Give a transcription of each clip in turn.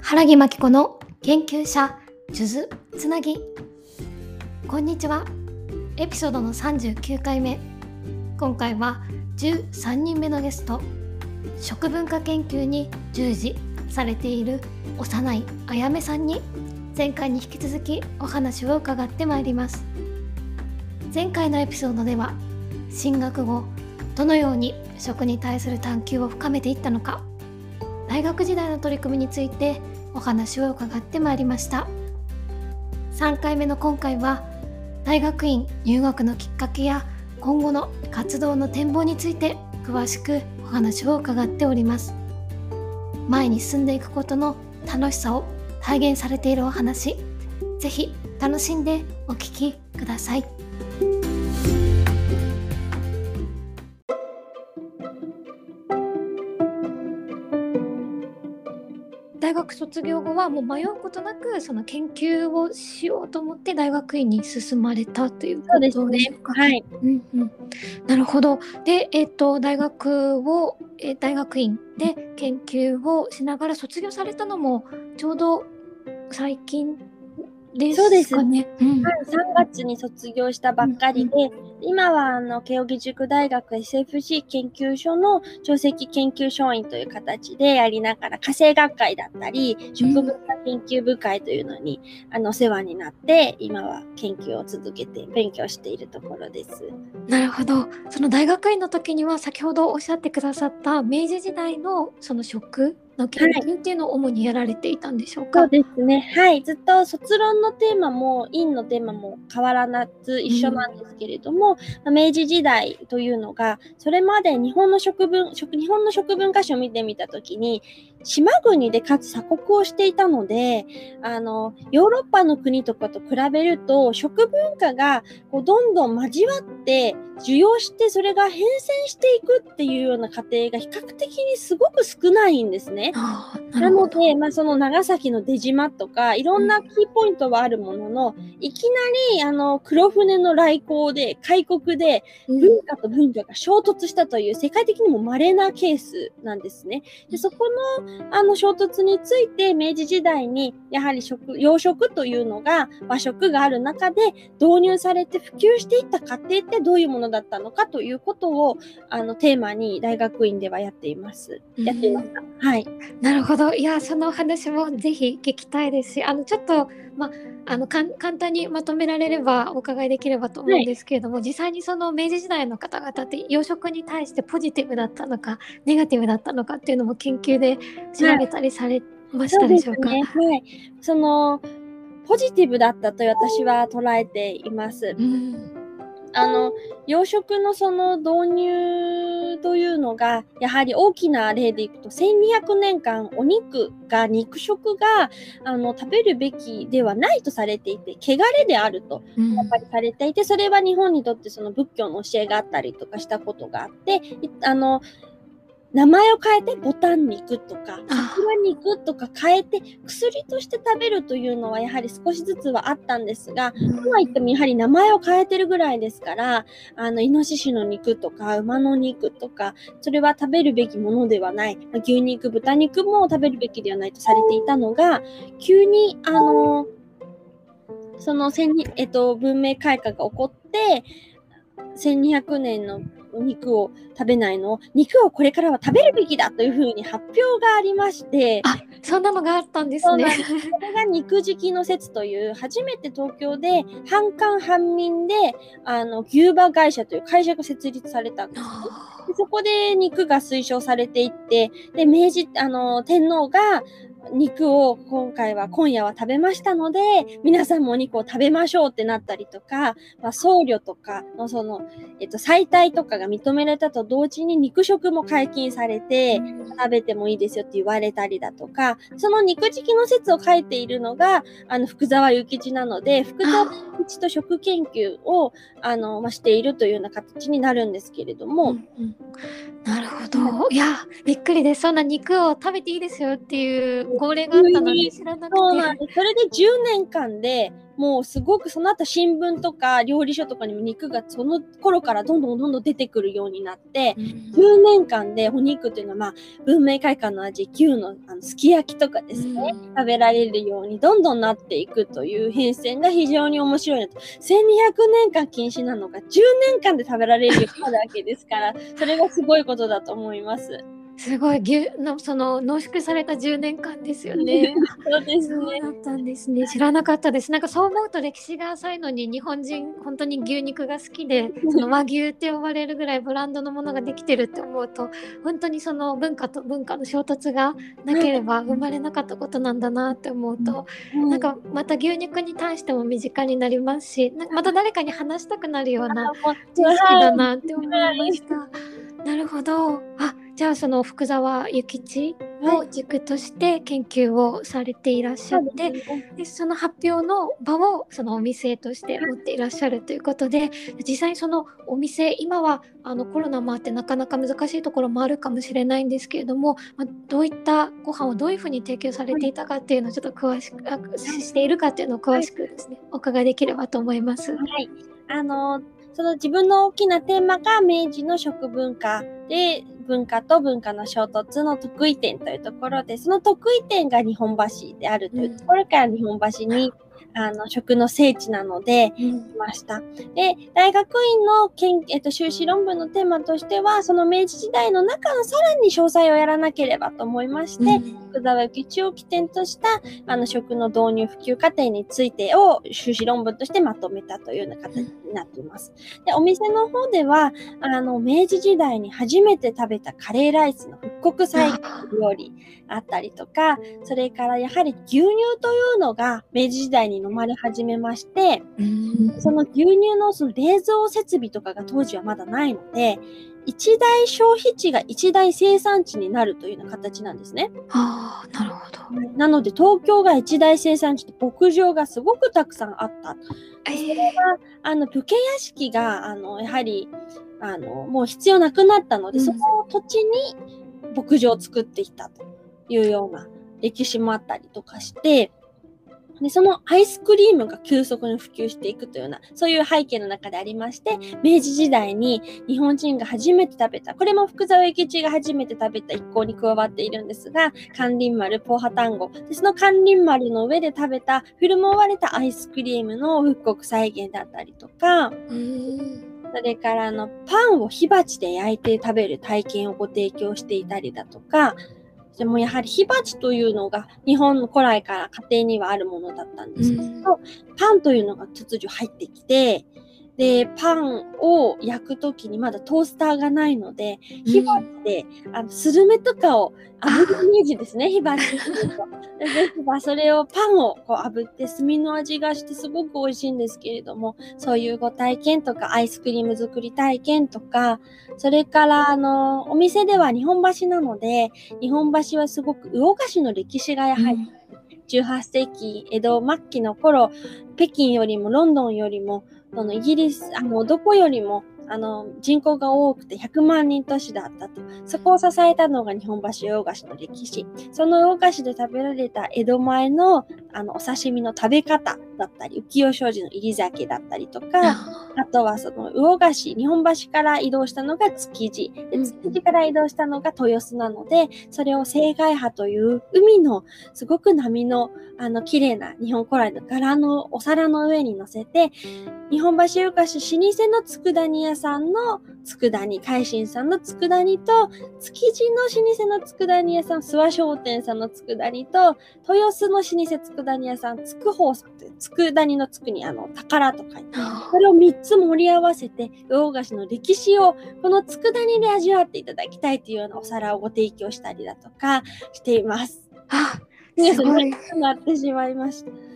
原木真紀子の研究者数珠つなぎ。こんにちは。エピソードの39回目。今回は13人目のゲスト、食文化研究に従事されている幼いあやめさんに前回に引き続きお話を伺ってまいります。前回のエピソードでは進学後どのように食に対する探求を深めていったのか、大学時代の取り組みについてお話を伺ってまいりました。3回目の今回は大学院入学のきっかけや今後の活動の展望について詳しくお話を伺っております。前に進んでいくことの楽しさを体現されているお話、ぜひ楽しんでお聞きください。大学卒業後はもう迷うことなくその研究をしようと思って大学院に進まれたということですか？ そうですね。はい。 なるほど。で、大学院で研究をしながら卒業されたのもちょうど最近ですかね。 はい、3月に卒業したばっかりで、今は慶應義塾大学 SFC 研究所の上席研究所員という形でやりながら、家政学会だったり食文化研究部会というのにお世話になって、今は研究を続けて勉強しているところです。 なるほど。その大学院の時には先ほどおっしゃってくださった明治時代のその食の研究っていうのを主にやられていたんでしょうか？ そうですね。はい。ずっと卒論のテーマも院のテーマも変わらず一緒なんですけれども、明治時代というのが、それまで日本の食文化史を見てみたときに、島国でかつ鎖国をしていたので、ヨーロッパの国とかと比べると、食文化がどんどん交わって受容して、それが変遷していくっていうような過程が比較的にすごく少ないんですね。なので、その長崎の出島とかいろんなキーポイントはあるものの、いきなり黒船の来航で開国で文化と文化が衝突したという世界的にも稀なケースなんですね。で、そこの衝突について明治時代にやはり洋食というのが和食がある中で導入されて普及していった過程ってどういうものだったのかということをテーマに大学院ではやっていました。はい。 なるほど。いや、そのお話もぜひ聞きたいですし、ちょっと、簡単にまとめられればお伺いできればと思うんですけれども、実際にその明治時代の方々って洋食に対してポジティブだったのかネガティブだったのかっていうのも研究で調べたりされましたでしょうか？ そうですね。はい。ポジティブだったと私は捉えています。洋食のその導入というのが、やはり大きな例でいくと、1200年間肉食が食べるべきではないとされていて、汚れであるとやっぱりされていて、それは日本にとってその仏教の教えがあったりとかしたことがあって、名前を変えてボタン肉とか桜肉とか変えて薬として食べるというのはやはり少しずつはあったんですが、とはいってもやはり名前を変えてるぐらいですから、イノシシの肉とか馬の肉とか、それは食べるべきものではない。牛肉、豚肉も食べるべきではないとされていたのが、急にその文明開化が起こって、1200年の肉を食べないの、肉をこれからは食べるべきだというふうに発表がありまして、 そんなのがあったんですね。 それが肉食の説という、初めて東京で半官半民で牛馬会社という会社が設立されたんですね。でそこで肉が推奨されていって、で天皇が肉を今夜は食べましたので、皆さんもお肉を食べましょうってなったりとか、僧侶とかの妻帯とかが認められたと同時に肉食も解禁されて、食べてもいいですよって言われたりだとか、その肉食の説を書いているのが、福沢諭吉なので、福沢諭吉と食研究を、しているというような形になるんですけれども。 なるほど。いや、びっくりです。そんな肉を食べていいですよっていう号令があったなんて知らなくて。 そうなんです。それで10年間でもうすごくその後新聞とか料理書とかにも肉がその頃からどんどん出てくるようになって、10年間でお肉っていうのは文明開化の味、牛のすき焼きとかですね、食べられるようにどんどんなっていくという変遷が非常に面白いなと。1200年間禁止なのが10年間で食べられるようになるわけですから、それがすごいことだと思います。 すごいその濃縮された10年間ですよね。 そうですね。 そうだったんですね。知らなかったです。なんかそう思うと歴史が浅いのに日本人本当に牛肉が好きで、その和牛って呼ばれるぐらいブランドのものができてるって思うと、本当にその文化と文化の衝突がなければ生まれなかったことなんだなって思うと、なんかまた牛肉に対しても身近になりますし、なんかまた誰かに話したくなるような知識だなって思いました。なるほど。じゃあその福沢諭吉を軸として研究をされていらっしゃって、でその発表の場をそのお店として持っていらっしゃるということで、実際そのお店、今はコロナもあってなかなか難しいところもあるかもしれないんですけれども、どういったご飯をどういうふうに提供されていたかっていうのをちょっと詳しくしているかっていうのを詳しくですね、お伺いできればと思います。 はい。その自分の大きなテーマが明治の食文化で、文化と文化の衝突の得意点というところで、その得意点が日本橋であるというところから日本橋に、食の聖地なので来ました。で、大学院の修士論文のテーマとしては、その明治時代の中のさらに詳細をやらなければと思いまして、福沢諭吉を起点とした食の導入普及過程についてを修士論文としてまとめたというような形になっています。で、お店の方では明治時代に初めて食べたカレーライスの復刻再現料理あったりとか、それからやはり牛乳というのが明治時代に飲まれ始めまして、その牛乳のその冷蔵設備とかが当時はまだないので、一大消費地が一大生産地になるというような形なんですね。 なるほど。 なので東京が一大生産地で牧場がすごくたくさんあった。それが武家屋敷がやはりもう必要なくなったので、その土地に牧場を作っていったというような歴史もあったりとかして、でそのアイスクリームが急速に普及していくというような、そういう背景の中でありまして、明治時代に日本人が初めて食べた、これも福沢諭吉が初めて食べた一行に加わっているんですが、咸臨丸、ポーハタンゴ。でその咸臨丸の上で食べた、フィルムを割れたアイスクリームの復刻再現だったりとか、それからパンを火鉢で焼いて食べる体験をご提供していたりだとか、でもやはり火鉢というのが日本の古来から家庭にはあるものだったんですけど、パンというのが突如入ってきて、で、パンを焼くときにまだトースターがないので、火鉢で、スルメとかを炙るイメージですね、火鉢っていうと。で、それをパンをこう炙って炭の味がしてすごく美味しいんですけれども、そういうご体験とかアイスクリーム作り体験とか、それからお店では日本橋なので、日本橋はすごく魚菓子の歴史がやはり、18世紀江戸末期の頃、北京よりもロンドンよりもイギリスどこよりも人口が多くて100万人都市だったと。そこを支えたのが日本橋魚菓子の歴史。その魚菓子で食べられた江戸前のお刺身の食べ方だったり、浮世商事の入り酒だったりとか、あとはその魚菓子、日本橋から移動したのが築地。で築地から移動したのが豊洲なので、それを青海波という海のすごく波の綺麗な日本古来の柄のお皿の上に乗せて、日本橋魚菓子老舗の佃煮屋さんの佃煮、海進さんの佃煮と、築地の老舗の佃煮屋さん、諏訪商店さんの佃煮と、豊洲の老舗佃煮屋さん、筑豊さんという佃煮の筑に宝と書いて、それを3つ盛り合わせて、魚菓子の歴史をこの佃煮で味わっていただきたいというようなお皿をご提供したりだとかしています。 すごい。 なってしまいました。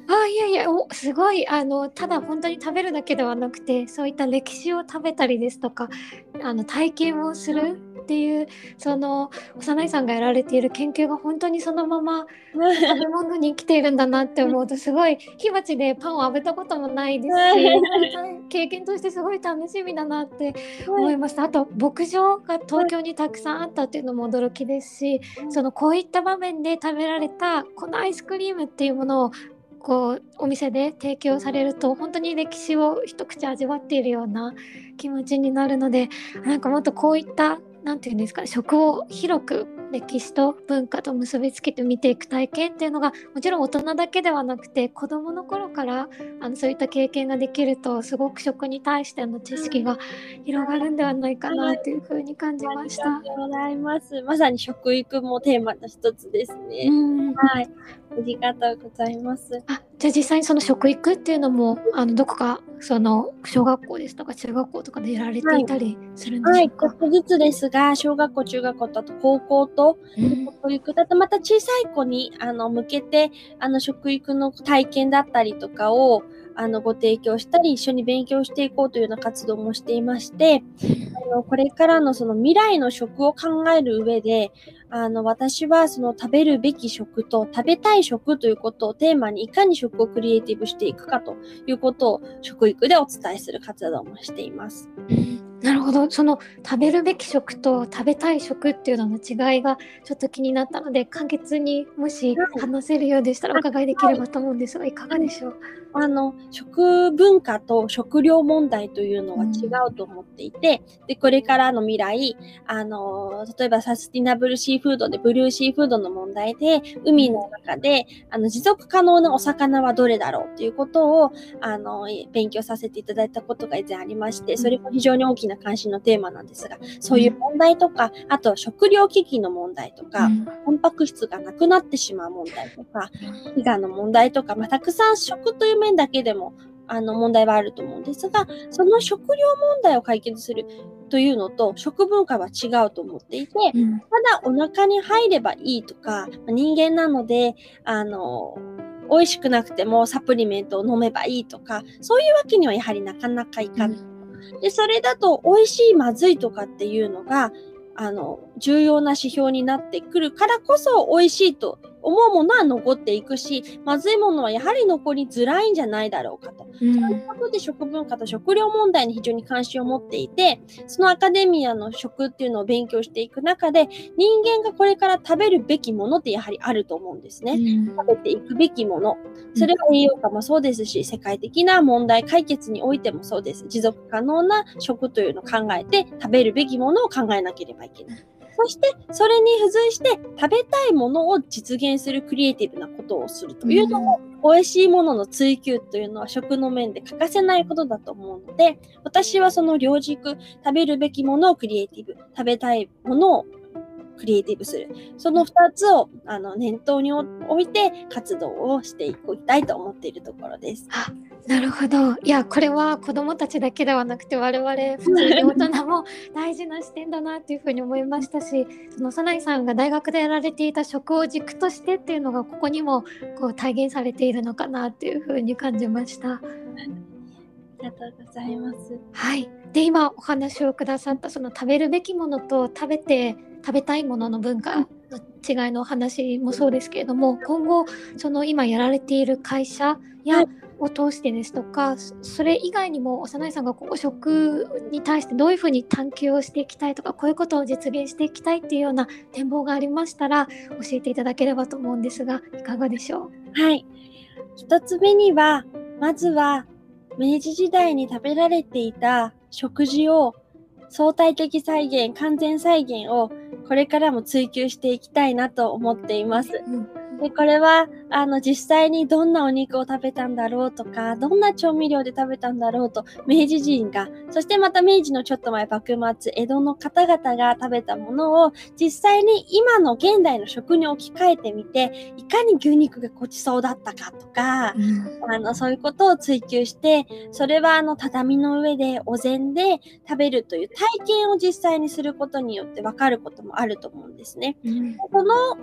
いやいや、すごい、ただ本当に食べるだけではなくて、そういった歴史を食べたりですとか、体験をするっていう、その幼いさんがやられている研究が本当にそのまま食べ物に生きているんだなって思うと、すごい火鉢でパンを浴びたこともないですし、経験としてすごい楽しみだなって思いました。あと牧場が東京にたくさんあったっていうのも驚きですし、こういった場面で食べられたこのアイスクリームっていうものをお店で提供されると、本当に歴史を一口味わっているような気持ちになるので、なんかもっとこういったなんていうんですか、食を広く歴史と文化と結びつけて見ていく体験っていうのが、もちろん大人だけではなくて子どもの頃からそういった経験ができると、すごく食に対しての知識が広がるんではないかなというふうに感じました。 ありがとうございます。まさに食育もテーマの一つですね。はい、ありがとうございます。 じゃあ実際にその食育っていうのもどこかその小学校ですとか中学校とかでやられていたりするんでしょうか？ ちょっとずつですが、小学校中学校とあと高校と食育だと、また小さい子に向けて食育の体験だったりとかをご提供したり、一緒に勉強していこうというような活動もしていまして、これからのその未来の食を考える上で、私はその食べるべき食と食べたい食ということをテーマに、いかに食をクリエイティブしていくかということを食育でお伝えする活動もしています。 なるほど。その食べるべき食と食べたい食っていうのの違いがちょっと気になったので、簡潔にもし話せるようでしたらお伺いできればと思うんですが、いかがでしょう？ 食文化と食料問題というのは違うと思っていて、で、これからの未来、例えばサスティナブルシーフードでブルーシーフードの問題で、海の中で、持続可能なお魚はどれだろうということを、勉強させていただいたことが以前ありまして、それも非常に大きな関心のテーマなんですが、そういう問題とか、あと食料危機の問題とか、タンパク質がなくなってしまう問題とか、飢餓の問題とか、たくさん食という面だけでも問題はあると思うんですが、その食料問題を解決するというのと食文化は違うと思っていて、ただお腹に入ればいいとか、人間なので美味しくなくてもサプリメントを飲めばいいとか、そういうわけにはやはりなかなかいかない。で、それだと美味しいまずいとかっていうのが重要な指標になってくるからこそ、美味しいと思うものは残っていくし、まずいものはやはり残りづらいんじゃないだろうかと。そういうことで食文化と食料問題に非常に関心を持っていて、そのアカデミアの食っていうのを勉強していく中で、人間がこれから食べるべきものってやはりあると思うんですね。食べていくべきもの。それは栄養価もそうですし、世界的な問題解決においてもそうです。持続可能な食というのを考えて、食べるべきものを考えなければいけない。そして、それに付随して食べたいものを実現するクリエイティブなことをするというのも、美味しいものの追求というのは食の面で欠かせないことだと思うので、私はその両軸、食べるべきものをクリエイティブ、食べたいものをクリエイティブする。その2つを念頭に置いて活動をしていきたいと思っているところです。 なるほど。いや、これは子どもたちだけではなくて、我々普通に大人も大事な視点だなっていうふうに思いましたし、その幼いさんが大学でやられていた食を軸としてっていうのがここにも体現されているのかなっていうふうに感じました。 ありがとうございます。 はい。で、今お話をくださったその食べるべきものと食べたいものの文化の違いのお話もそうですけれども、今後その今やられている会社やを通してですとか、それ以外にも幼いさんが食に対してどういうふうに探求をしていきたいとか、こういうことを実現していきたいっていうような展望がありましたら教えていただければと思うんですが、いかがでしょう？はい。一つ目には、まずは明治時代に食べられていた食事を相対的再現、完全再現をこれからも追求していきたいなと思っています。で、これは実際にどんなお肉を食べたんだろうとか、どんな調味料で食べたんだろうと、明治人が、そしてまた明治のちょっと前、幕末、江戸の方々が食べたものを実際に今の現代の食に置き換えてみて、いかに牛肉がごちそうだったかとか、そういうことを追求して、それは畳の上でお膳で食べるという体験を実際にすることによって分かることもあると思うんですね。この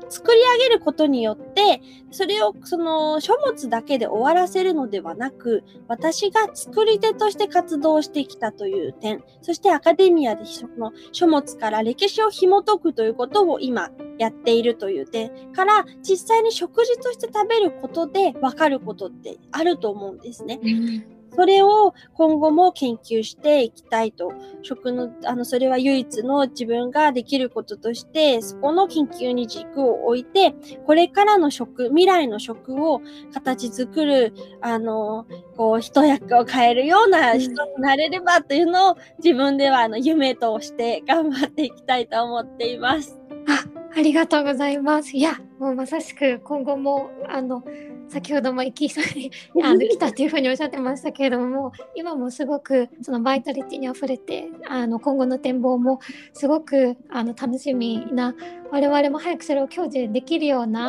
作り上げることによって、それをその書物だけで終わらせるのではなく、私が作り手として活動してきたという点、そしてアカデミアでその書物から歴史を紐解くということを今やっているという点から、実際に食事として食べることで分かることってあると思うんですね。それを今後も研究していきたいと。それは唯一の自分ができることとして、そこの研究に軸を置いて、これからの未来の食を形作る、一役を変えるような人になれればというのを、自分では夢として頑張っていきたいと思っています。 ありがとうございます。いや、もうまさしく今後も先ほども生きさんに来たっていうふうにおっしゃってましたけれども、今もすごくそのバイタリティにあふれて、今後の展望もすごく楽しみな、我々も早くそれを享受できるような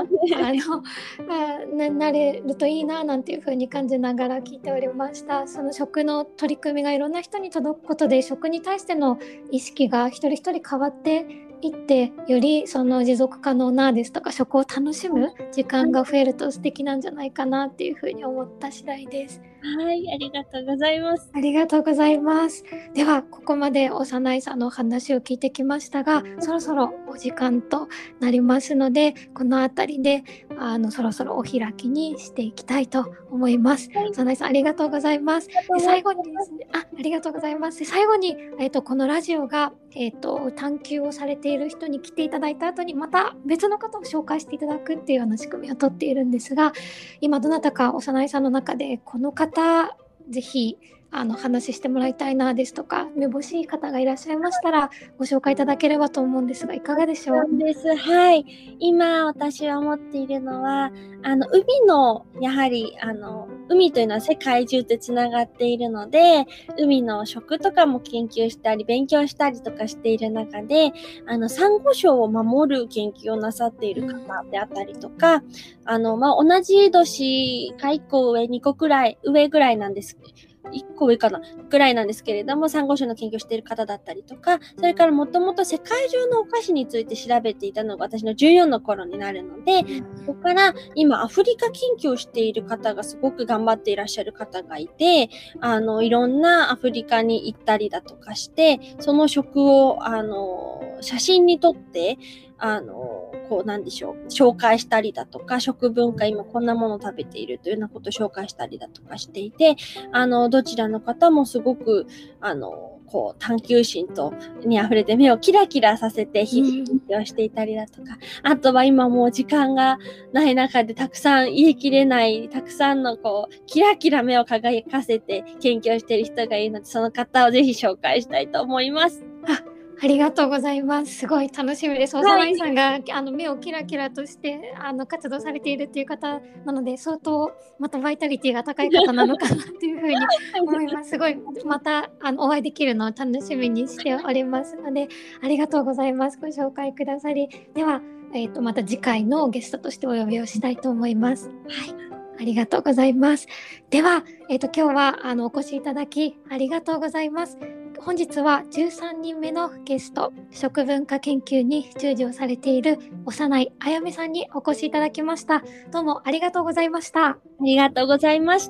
なれるといいななんていうふうに感じながら聞いておりました。その食の取り組みがいろんな人に届くことで、食に対しての意識が一人一人変わっていって、よりその持続可能なですとか食を楽しむ時間が増えると素敵なんじゃないかなっていうふうに思った次第です。 はい、ありがとうございます。 ありがとうございます。ではここまで幼いさんのお話を聞いてきましたが、そろそろお時間となりますので、このあたりでそろそろお開きにしていきたいと思います。幼いさんありがとうございます。で最後にですね、ありがとうございます。で最後に、このラジオが、探求をされている人に来ていただいた後にまた別の方を紹介していただくっていうような仕組みをとっているんですが、今どなたか幼いさんの中でこの方ぜひ話してもらいたいなですとか、めぼしい方がいらっしゃいましたらご紹介いただければと思うんですが、いかがでしょう？ そうです。はい。今私は思っているのは、海の、やはり、海というのは世界中でつながっているので、海の食とかも研究したり、勉強したりとかしている中で、サンゴ礁を守る研究をなさっている方であったりとか、同じ年か1個上、2個くらい、上ぐらいなんです1個上かなぐらいなんですけれども、サンゴ礁の研究をしている方だったりとか、それからもともと世界中のお菓子について調べていたのが私の14の頃になるので、そこから今アフリカ研究をしている方がすごく頑張っていらっしゃる方がいて、いろんなアフリカに行ったりだとかして、その食を写真に撮ってなんでしょう、紹介したりだとか、食文化、今こんなものを食べているというようなことを紹介したりだとかしていて、どちらの方もすごく、探求心に溢れて目をキラキラさせて日々研究をしていたりだとか、あとは今もう時間がない中でたくさん言い切れない、たくさんのキラキラ目を輝かせて研究をしている人がいるので、その方をぜひ紹介したいと思います。 ありがとうございます。すごい楽しみです。幼いさんが目をキラキラとして活動されているっていう方なので、相当またバイタリティが高い方なのかなというふうに思います。すごいまたお会いできるのを楽しみにしておりますので、ありがとうございます。ご紹介くださり。では、また次回のゲストとしてお呼びをしたいと思います。はい。ありがとうございます。では、今日はお越しいただきありがとうございます。本日は13人目のゲスト、食文化研究に従事をされている幼いあやめさんにお越しいただきました。どうもありがとうございました。 ありがとうございました。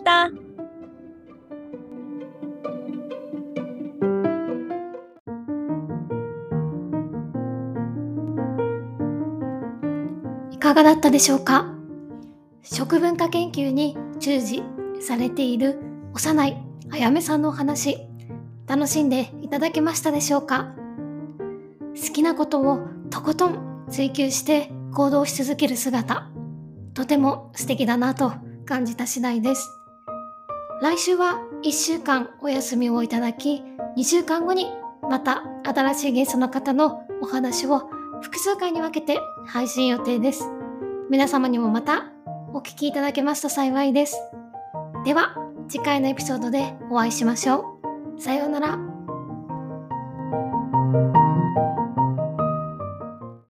いかがだったでしょうか？食文化研究に従事されている幼いあやめさんのお話、楽しんでいただけましたでしょうか？好きなことをとことん追求して行動し続ける姿、とても素敵だなと感じた次第です。来週は1週間お休みをいただき、2週間後にまた新しいゲストの方のお話を複数回に分けて配信予定です。皆様にもまたお聞きいただけますと幸いです。では次回のエピソードでお会いしましょう。さようなら。